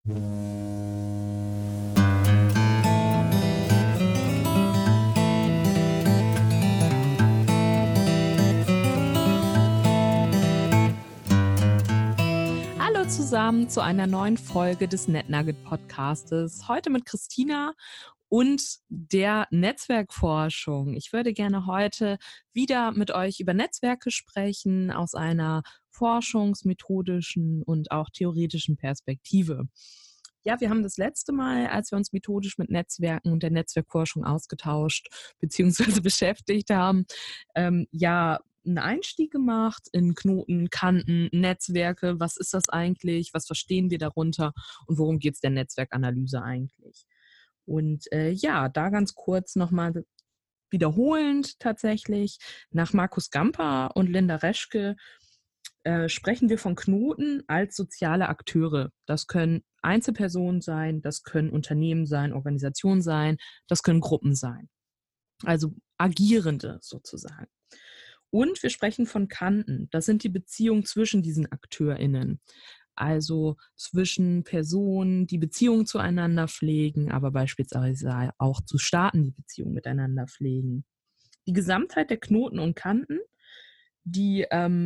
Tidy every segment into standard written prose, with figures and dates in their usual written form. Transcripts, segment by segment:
Hallo zusammen zu einer neuen Folge des NetNugget Podcastes. Heute mit Christina und der Netzwerkforschung. Ich würde gerne heute wieder mit euch über Netzwerke sprechen aus einer forschungsmethodischen und auch theoretischen Perspektive. Ja, wir haben das letzte Mal, als wir uns methodisch mit Netzwerken und der Netzwerkforschung ausgetauscht bzw. beschäftigt haben, einen Einstieg gemacht in Knoten, Kanten, Netzwerke. Was ist das eigentlich? Was verstehen wir darunter? Und worum geht es der Netzwerkanalyse eigentlich? Und da ganz kurz nochmal wiederholend tatsächlich. Nach Markus Gamper und Linda Reschke sprechen wir von Knoten als soziale Akteure. Das können Einzelpersonen sein, das können Unternehmen sein, Organisationen sein, das können Gruppen sein. Also Agierende sozusagen. Und wir sprechen von Kanten. Das sind die Beziehungen zwischen diesen AkteurInnen. Also zwischen Personen, die Beziehungen zueinander pflegen, aber beispielsweise auch zu Staaten, die Beziehungen miteinander pflegen. Die Gesamtheit der Knoten und Kanten, die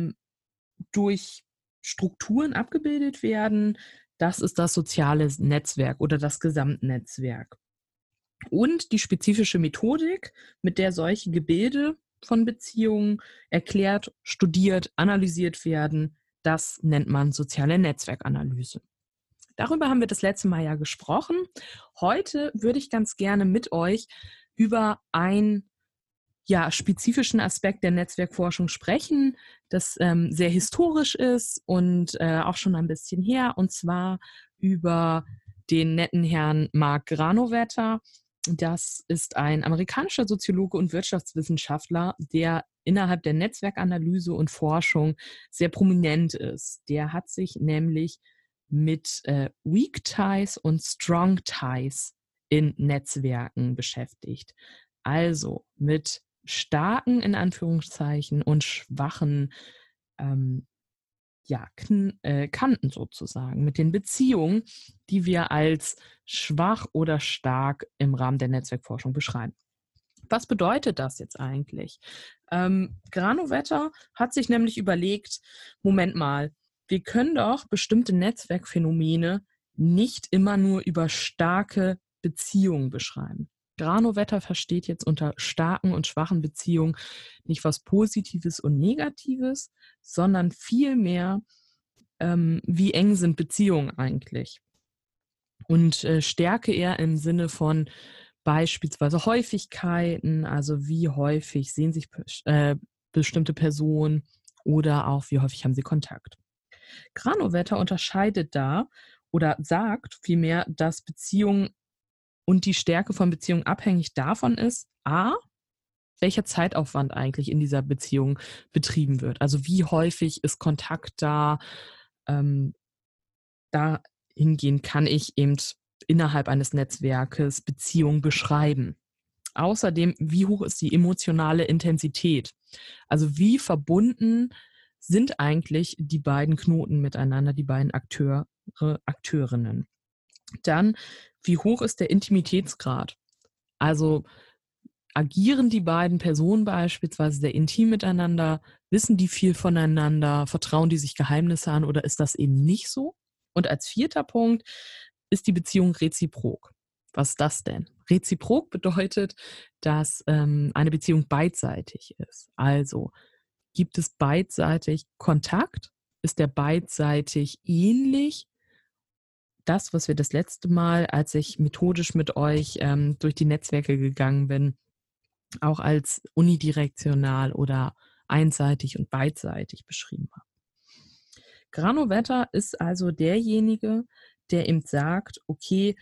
durch Strukturen abgebildet werden, das ist das soziale Netzwerk oder das Gesamtnetzwerk. Und die spezifische Methodik, mit der solche Gebilde von Beziehungen erklärt, studiert, analysiert werden, das nennt man soziale Netzwerkanalyse. Darüber haben wir das letzte Mal ja gesprochen. Heute würde ich ganz gerne mit euch über einen spezifischen Aspekt der Netzwerkforschung sprechen, das sehr historisch ist und auch schon ein bisschen her, und zwar über den netten Herrn Mark Granovetter. Das ist ein amerikanischer Soziologe und Wirtschaftswissenschaftler, der innerhalb der Netzwerkanalyse und Forschung sehr prominent ist. Der hat sich nämlich mit Weak Ties und Strong Ties in Netzwerken beschäftigt. Also mit starken, in Anführungszeichen, und schwachen Kanten sozusagen, mit den Beziehungen, die wir als schwach oder stark im Rahmen der Netzwerkforschung beschreiben. Was bedeutet das jetzt eigentlich? Granovetter hat sich nämlich überlegt, Moment mal, wir können doch bestimmte Netzwerkphänomene nicht immer nur über starke Beziehungen beschreiben. Granovetter versteht jetzt unter starken und schwachen Beziehungen nicht was Positives und Negatives, sondern vielmehr, wie eng sind Beziehungen eigentlich? Und Stärke eher im Sinne von beispielsweise Häufigkeiten, also wie häufig sehen sich bestimmte Personen oder auch wie häufig haben sie Kontakt. Granovetter unterscheidet da oder sagt vielmehr, dass Beziehungen und die Stärke von Beziehungen abhängig davon ist, a, welcher Zeitaufwand eigentlich in dieser Beziehung betrieben wird. Also wie häufig ist Kontakt da? Dahingehend kann ich eben innerhalb eines Netzwerkes Beziehungen beschreiben. Außerdem, wie hoch ist die emotionale Intensität? Also wie verbunden sind eigentlich die beiden Knoten miteinander, die beiden Akteurinnen? Dann, wie hoch ist der Intimitätsgrad? Also agieren die beiden Personen beispielsweise sehr intim miteinander? Wissen die viel voneinander? Vertrauen die sich Geheimnisse an oder ist das eben nicht so? Und als vierter Punkt ist die Beziehung reziprok. Was ist das denn? Reziprok bedeutet, dass eine Beziehung beidseitig ist. Also gibt es beidseitig Kontakt? Ist der beidseitig ähnlich? Das, was wir das letzte Mal, als ich methodisch mit euch durch die Netzwerke gegangen bin, auch als unidirektional oder einseitig und beidseitig beschrieben habe. Granovetter ist also derjenige, der eben sagt, okay,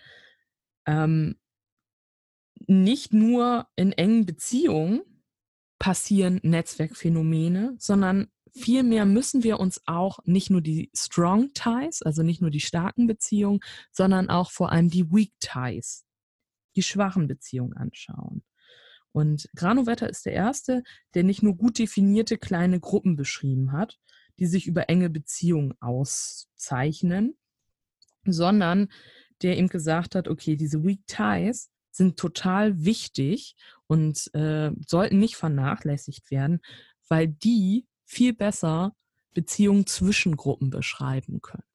nicht nur in engen Beziehungen passieren Netzwerkphänomene, sondern vielmehr müssen wir uns auch nicht nur die Strong Ties, also nicht nur die starken Beziehungen, sondern auch vor allem die Weak Ties, die schwachen Beziehungen anschauen. Und Granovetter ist der Erste, der nicht nur gut definierte kleine Gruppen beschrieben hat, die sich über enge Beziehungen auszeichnen, sondern der ihm gesagt hat, okay, diese Weak Ties sind total wichtig und sollten nicht vernachlässigt werden, weil die viel besser Beziehungen zwischen Gruppen beschreiben können.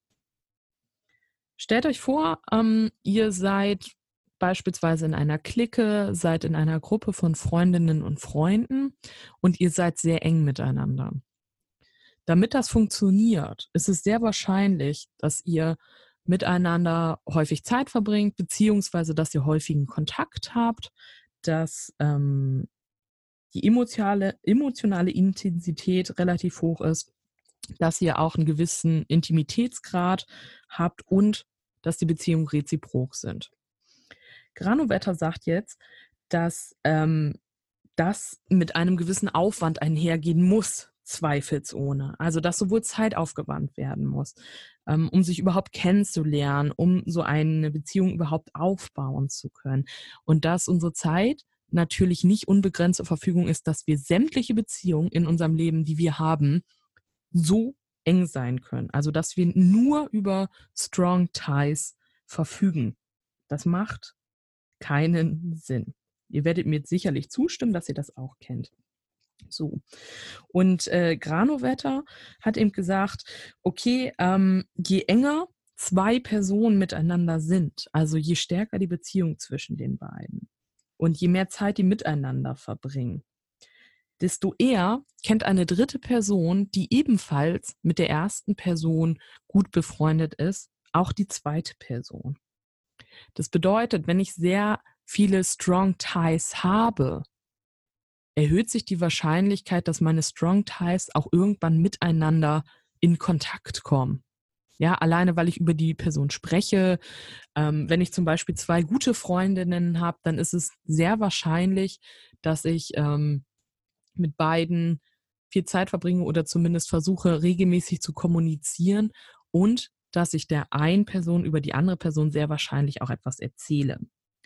Stellt euch vor, ihr seid beispielsweise in einer Clique, seid in einer Gruppe von Freundinnen und Freunden und ihr seid sehr eng miteinander. Damit das funktioniert, ist es sehr wahrscheinlich, dass ihr miteinander häufig Zeit verbringt, beziehungsweise dass ihr häufigen Kontakt habt, dass die emotionale Intensität relativ hoch ist, dass ihr auch einen gewissen Intimitätsgrad habt und dass die Beziehungen reziprok sind. Granovetter sagt jetzt, dass das mit einem gewissen Aufwand einhergehen muss, zweifelsohne. Also dass sowohl Zeit aufgewandt werden muss, um sich überhaupt kennenzulernen, um so eine Beziehung überhaupt aufbauen zu können. Und dass unsere Zeit natürlich nicht unbegrenzt zur Verfügung ist, dass wir sämtliche Beziehungen in unserem Leben, die wir haben, so eng sein können. Also dass wir nur über Strong Ties verfügen. Das macht keinen Sinn. Ihr werdet mir sicherlich zustimmen, dass ihr das auch kennt. So. Und Granovetter hat eben gesagt, okay, je enger zwei Personen miteinander sind, also je stärker die Beziehung zwischen den beiden und je mehr Zeit die miteinander verbringen, desto eher kennt eine dritte Person, die ebenfalls mit der ersten Person gut befreundet ist, auch die zweite Person. Das bedeutet, wenn ich sehr viele Strong Ties habe, erhöht sich die Wahrscheinlichkeit, dass meine Strong Ties auch irgendwann miteinander in Kontakt kommen. Ja, alleine, weil ich über die Person spreche. Wenn ich zum Beispiel zwei gute Freundinnen habe, dann ist es sehr wahrscheinlich, dass ich mit beiden viel Zeit verbringe oder zumindest versuche, regelmäßig zu kommunizieren und dass ich der einen Person über die andere Person sehr wahrscheinlich auch etwas erzähle.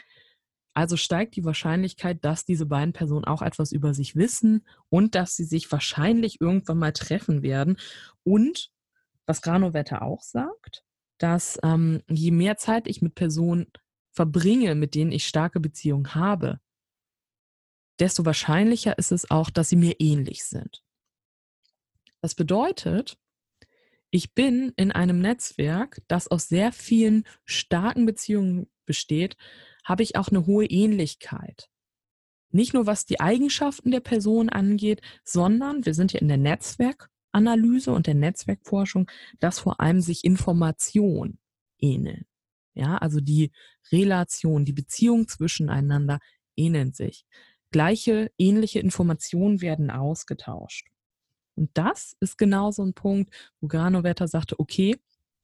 Also steigt die Wahrscheinlichkeit, dass diese beiden Personen auch etwas über sich wissen und dass sie sich wahrscheinlich irgendwann mal treffen werden. Und was Granovetter auch sagt, dass je mehr Zeit ich mit Personen verbringe, mit denen ich starke Beziehungen habe, desto wahrscheinlicher ist es auch, dass sie mir ähnlich sind. Das bedeutet, ich bin in einem Netzwerk, das aus sehr vielen starken Beziehungen besteht, habe ich auch eine hohe Ähnlichkeit. Nicht nur was die Eigenschaften der Person angeht, sondern wir sind ja in der Netzwerkanalyse und der Netzwerkforschung, dass vor allem sich Informationen ähneln. Ja, also die Relation, die Beziehung zwischeneinander ähneln sich. Gleiche, ähnliche Informationen werden ausgetauscht. Und das ist genau so ein Punkt, wo Granovetter sagte, okay,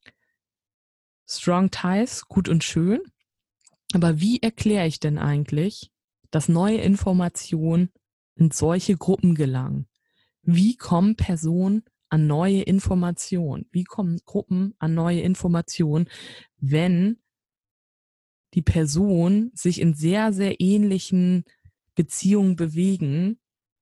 Strong Ties, gut und schön, aber wie erkläre ich denn eigentlich, dass neue Informationen in solche Gruppen gelangen? Wie kommen Personen an neue Informationen? Wie kommen Gruppen an neue Informationen, wenn die Personen sich in sehr, sehr ähnlichen Beziehungen bewegen?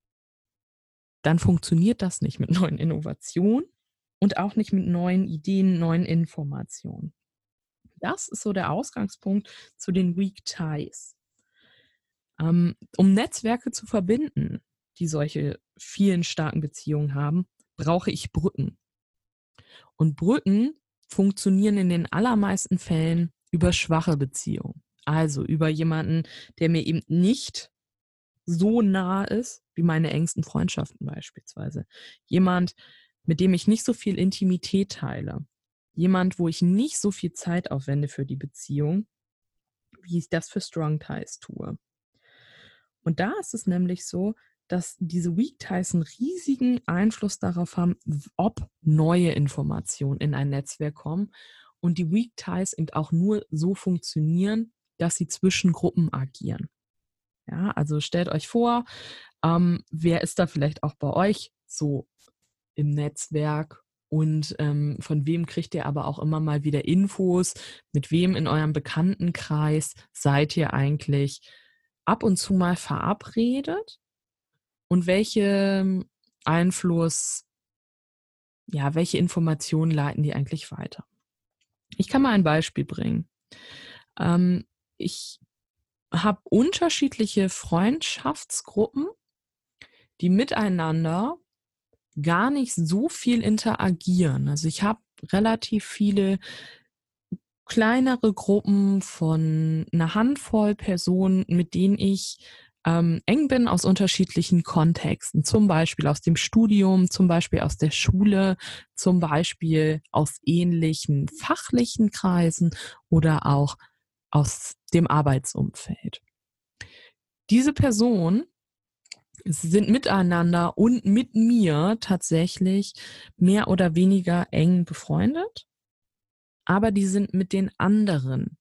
Dann funktioniert das nicht mit neuen Innovationen und auch nicht mit neuen Ideen, neuen Informationen. Das ist so der Ausgangspunkt zu den Weak Ties. Um Netzwerke zu verbinden, die solche vielen starken Beziehungen haben, brauche ich Brücken. Und Brücken funktionieren in den allermeisten Fällen über schwache Beziehungen. Also über jemanden, der mir eben nicht so nah ist wie meine engsten Freundschaften beispielsweise. Jemand, mit dem ich nicht so viel Intimität teile. Jemand, wo ich nicht so viel Zeit aufwende für die Beziehung, wie ich das für Strong Ties tue. Und da ist es nämlich so, dass diese Weak Ties einen riesigen Einfluss darauf haben, ob neue Informationen in ein Netzwerk kommen und die Weak Ties eben auch nur so funktionieren, dass sie zwischen Gruppen agieren. Ja, also stellt euch vor, wer ist da vielleicht auch bei euch so im Netzwerk und von wem kriegt ihr aber auch immer mal wieder Infos? Mit wem in eurem Bekanntenkreis seid ihr eigentlich ab und zu mal verabredet? Und Einfluss, ja, welche Informationen leiten die eigentlich weiter? Ich kann mal ein Beispiel bringen. Ich habe unterschiedliche Freundschaftsgruppen, die miteinander gar nicht so viel interagieren. Also ich habe relativ viele kleinere Gruppen von einer Handvoll Personen, mit denen ich eng bin aus unterschiedlichen Kontexten, zum Beispiel aus dem Studium, zum Beispiel aus der Schule, zum Beispiel aus ähnlichen fachlichen Kreisen oder auch aus dem Arbeitsumfeld. Diese Personen sind miteinander und mit mir tatsächlich mehr oder weniger eng befreundet, aber die sind mit den anderen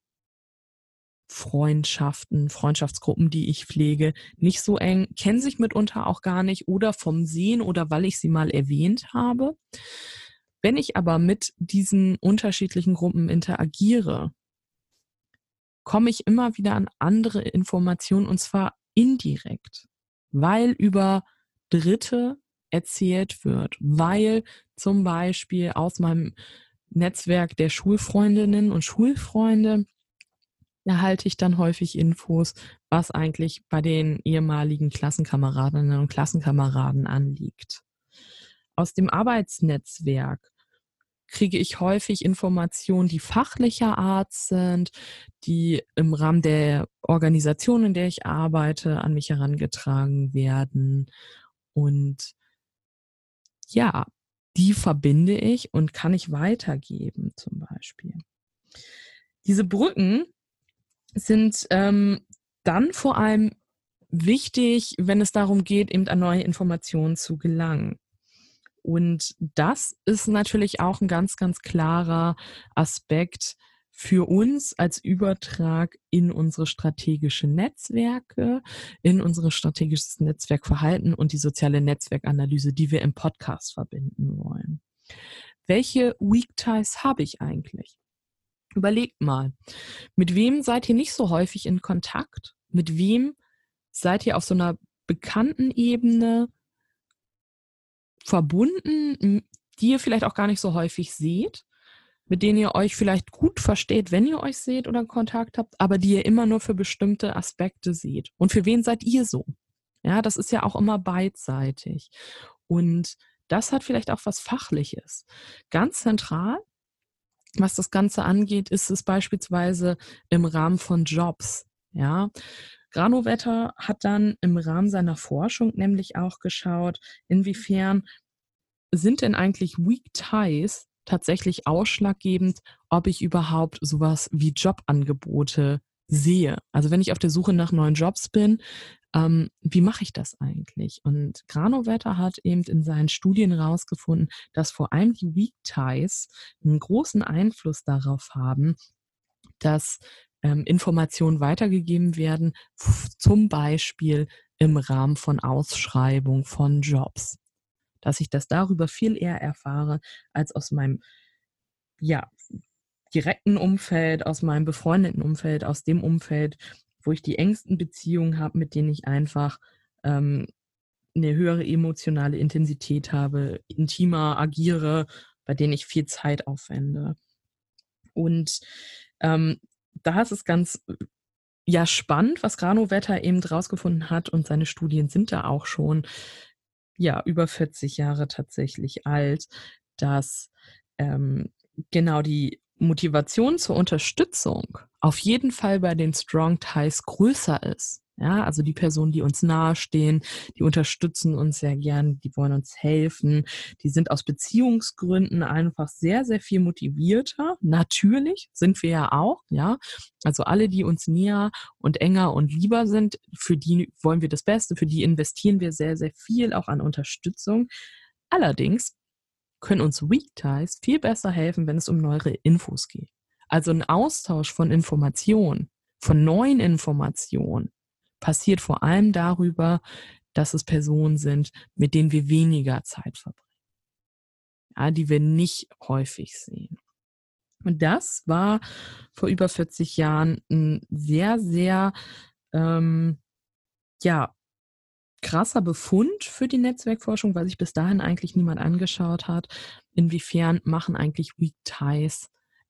Freundschaftsgruppen, die ich pflege, nicht so eng, kennen sich mitunter auch gar nicht oder vom Sehen oder weil ich sie mal erwähnt habe. Wenn ich aber mit diesen unterschiedlichen Gruppen interagiere, komme ich immer wieder an andere Informationen und zwar indirekt, weil über Dritte erzählt wird, weil zum Beispiel aus meinem Netzwerk der Schulfreundinnen und Schulfreunde erhalte ich dann häufig Infos, was eigentlich bei den ehemaligen Klassenkameradinnen und Klassenkameraden anliegt. Aus dem Arbeitsnetzwerk kriege ich häufig Informationen, die fachlicher Art sind, die im Rahmen der Organisation, in der ich arbeite, an mich herangetragen werden. Und ja, die verbinde ich und kann ich weitergeben zum Beispiel. Diese Brücken sind dann vor allem wichtig, wenn es darum geht, eben an neue Informationen zu gelangen. Und das ist natürlich auch ein ganz, ganz klarer Aspekt für uns als Übertrag in unsere strategische Netzwerke, in unsere strategisches Netzwerkverhalten und die soziale Netzwerkanalyse, die wir im Podcast verbinden wollen. Welche Weak Ties habe ich eigentlich? Überlegt mal, mit wem seid ihr nicht so häufig in Kontakt? Mit wem seid ihr auf so einer bekannten Ebene verbunden, die ihr vielleicht auch gar nicht so häufig seht, mit denen ihr euch vielleicht gut versteht, wenn ihr euch seht oder Kontakt habt, aber die ihr immer nur für bestimmte Aspekte seht? Und für wen seid ihr so? Ja, das ist ja auch immer beidseitig. Und das hat vielleicht auch was Fachliches. Ganz zentral, was das Ganze angeht, ist es beispielsweise im Rahmen von Jobs. Ja, Granovetter hat dann im Rahmen seiner Forschung nämlich auch geschaut, inwiefern sind denn eigentlich Weak Ties tatsächlich ausschlaggebend, ob ich überhaupt sowas wie Jobangebote sehe. Also wenn ich auf der Suche nach neuen Jobs bin, wie mache ich das eigentlich? Und Granovetter hat eben in seinen Studien herausgefunden, dass vor allem die Weak Ties einen großen Einfluss darauf haben, dass Informationen weitergegeben werden, zum Beispiel im Rahmen von Ausschreibung von Jobs. Dass ich das darüber viel eher erfahre als aus meinem ja, direkten Umfeld, aus meinem befreundeten Umfeld, aus dem Umfeld, wo ich die engsten Beziehungen habe, mit denen ich einfach eine höhere emotionale Intensität habe, intimer agiere, bei denen ich viel Zeit aufwende. Und ähm, da ist es ganz spannend, was Granovetter eben rausgefunden hat und seine Studien sind da auch schon über 40 Jahre tatsächlich alt, dass genau die Motivation zur Unterstützung auf jeden Fall bei den Strong Ties größer ist. Ja, also die Personen, die uns nahestehen, die unterstützen uns sehr gern, die wollen uns helfen, die sind aus Beziehungsgründen einfach sehr, sehr viel motivierter. Natürlich sind wir ja auch, ja. Also alle, die uns näher und enger und lieber sind, für die wollen wir das Beste, für die investieren wir sehr, sehr viel auch an Unterstützung. Allerdings können uns Weak Ties viel besser helfen, wenn es um neuere Infos geht. Also ein Austausch von Informationen, von neuen Informationen, passiert vor allem darüber, dass es Personen sind, mit denen wir weniger Zeit verbringen, ja, die wir nicht häufig sehen. Und das war vor über 40 Jahren ein sehr, sehr krasser Befund für die Netzwerkforschung, weil sich bis dahin eigentlich niemand angeschaut hat, inwiefern machen eigentlich Weak Ties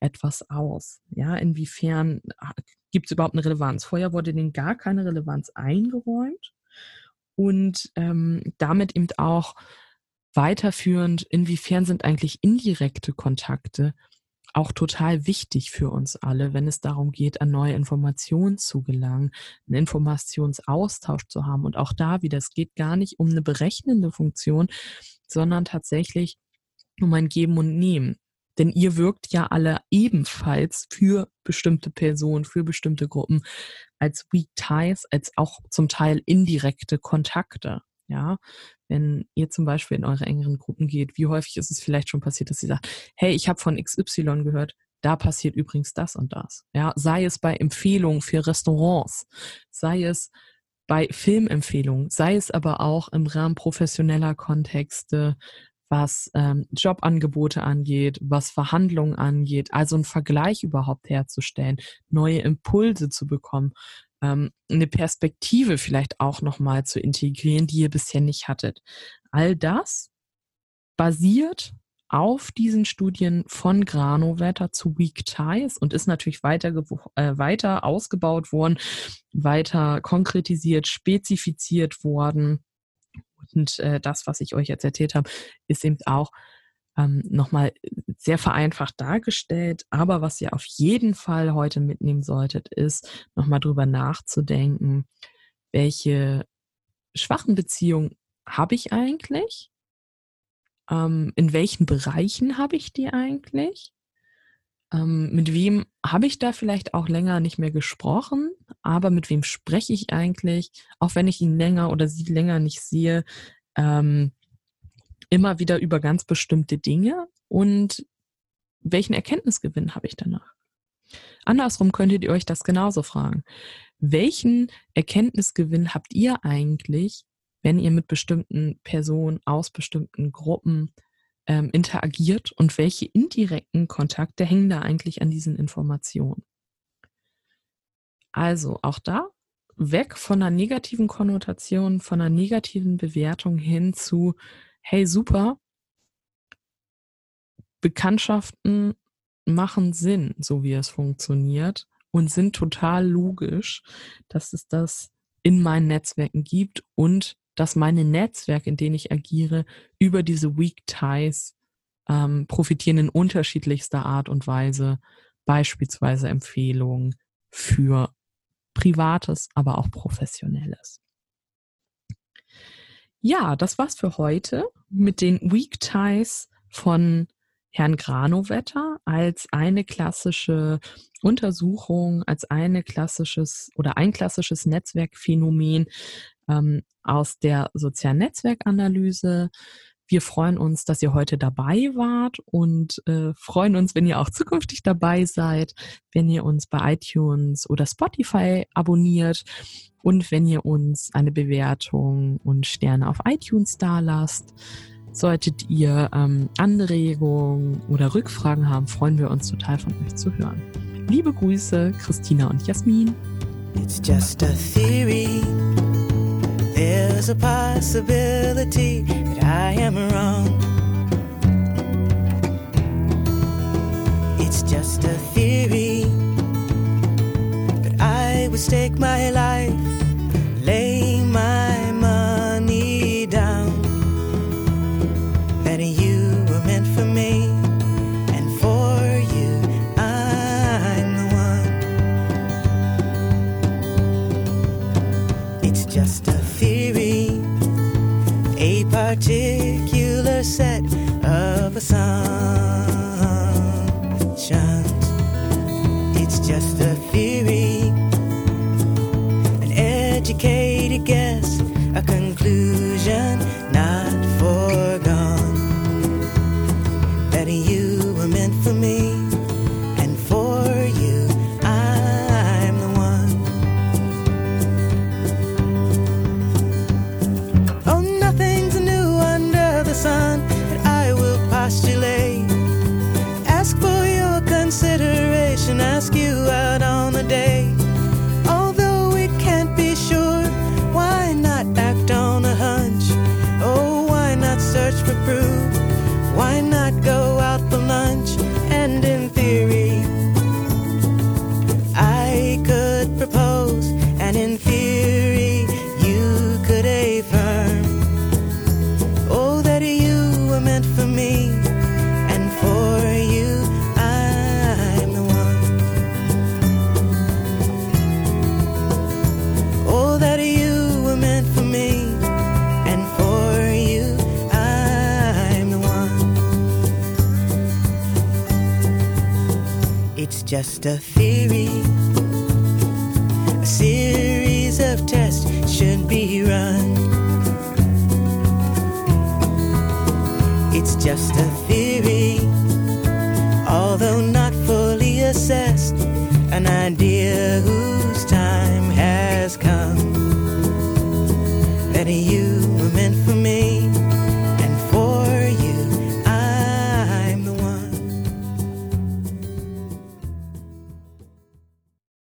etwas aus? Ja, inwiefern gibt es überhaupt eine Relevanz? Vorher wurde denen gar keine Relevanz eingeräumt und damit eben auch weiterführend, inwiefern sind eigentlich indirekte Kontakte auch total wichtig für uns alle, wenn es darum geht, an neue Informationen zu gelangen, einen Informationsaustausch zu haben. Und auch da wieder, es geht gar nicht um eine berechnende Funktion, sondern tatsächlich um ein Geben und Nehmen. Denn ihr wirkt ja alle ebenfalls für bestimmte Personen, für bestimmte Gruppen als Weak Ties, als auch zum Teil indirekte Kontakte. Ja, wenn ihr zum Beispiel in eure engeren Gruppen geht, wie häufig ist es vielleicht schon passiert, dass ihr sagt, hey, ich habe von XY gehört, da passiert übrigens das und das. Ja, sei es bei Empfehlungen für Restaurants, sei es bei Filmempfehlungen, sei es aber auch im Rahmen professioneller Kontexte, was Jobangebote angeht, was Verhandlungen angeht, also einen Vergleich überhaupt herzustellen, neue Impulse zu bekommen, eine Perspektive vielleicht auch nochmal zu integrieren, die ihr bisher nicht hattet. All das basiert auf diesen Studien von Granovetter zu Weak Ties und ist natürlich weiter ausgebaut worden, weiter konkretisiert, spezifiziert worden. Und das, was ich euch jetzt erzählt habe, ist eben auch nochmal sehr vereinfacht dargestellt. Aber was ihr auf jeden Fall heute mitnehmen solltet, ist nochmal drüber nachzudenken, welche schwachen Beziehungen habe ich eigentlich? In welchen Bereichen habe ich die eigentlich? Mit wem habe ich da vielleicht auch länger nicht mehr gesprochen, aber mit wem spreche ich eigentlich, auch wenn ich ihn länger oder sie länger nicht sehe, immer wieder über ganz bestimmte Dinge und welchen Erkenntnisgewinn habe ich danach? Andersrum könntet ihr euch das genauso fragen. Welchen Erkenntnisgewinn habt ihr eigentlich, wenn ihr mit bestimmten Personen aus bestimmten Gruppen interagiert und welche indirekten Kontakte hängen da eigentlich an diesen Informationen? Also auch da weg von einer negativen Konnotation, von einer negativen Bewertung hin zu, hey super, Bekanntschaften machen Sinn, so wie es funktioniert und sind total logisch, dass es das in meinen Netzwerken gibt und dass meine Netzwerke, in denen ich agiere, über diese Weak Ties profitieren in unterschiedlichster Art und Weise, beispielsweise Empfehlungen für Privates, aber auch Professionelles. Ja, das war's für heute mit den Weak Ties von Herrn Granovetter als eine klassische Untersuchung, als ein klassisches Netzwerkphänomen aus der sozialen Netzwerkanalyse. Wir freuen uns, dass ihr heute dabei wart und freuen uns, wenn ihr auch zukünftig dabei seid, wenn ihr uns bei iTunes oder Spotify abonniert und wenn ihr uns eine Bewertung und Sterne auf iTunes dalasst. Solltet ihr Anregungen oder Rückfragen haben, freuen wir uns total von euch zu hören. Liebe Grüße, Christina und Jasmin. It's just a theory. There's a possibility that I am wrong. It's just a theory, but I would stake my life, lay my money down, that you were meant for me, and for you I'm the one. It's just a theory, a particular set of assumptions. It's just a theory, an educated guess, a conclusion not foregone, that you were meant for me, and for you I'm the one. Oh, nothing's new under the sun that I will postulate. Ask for your consideration, ask you out on a date. Although we can't be sure, why not act on a hunch? just a theory. A series of tests should be run. It's just a theory, although not fully assessed. An idea whose time has come. That you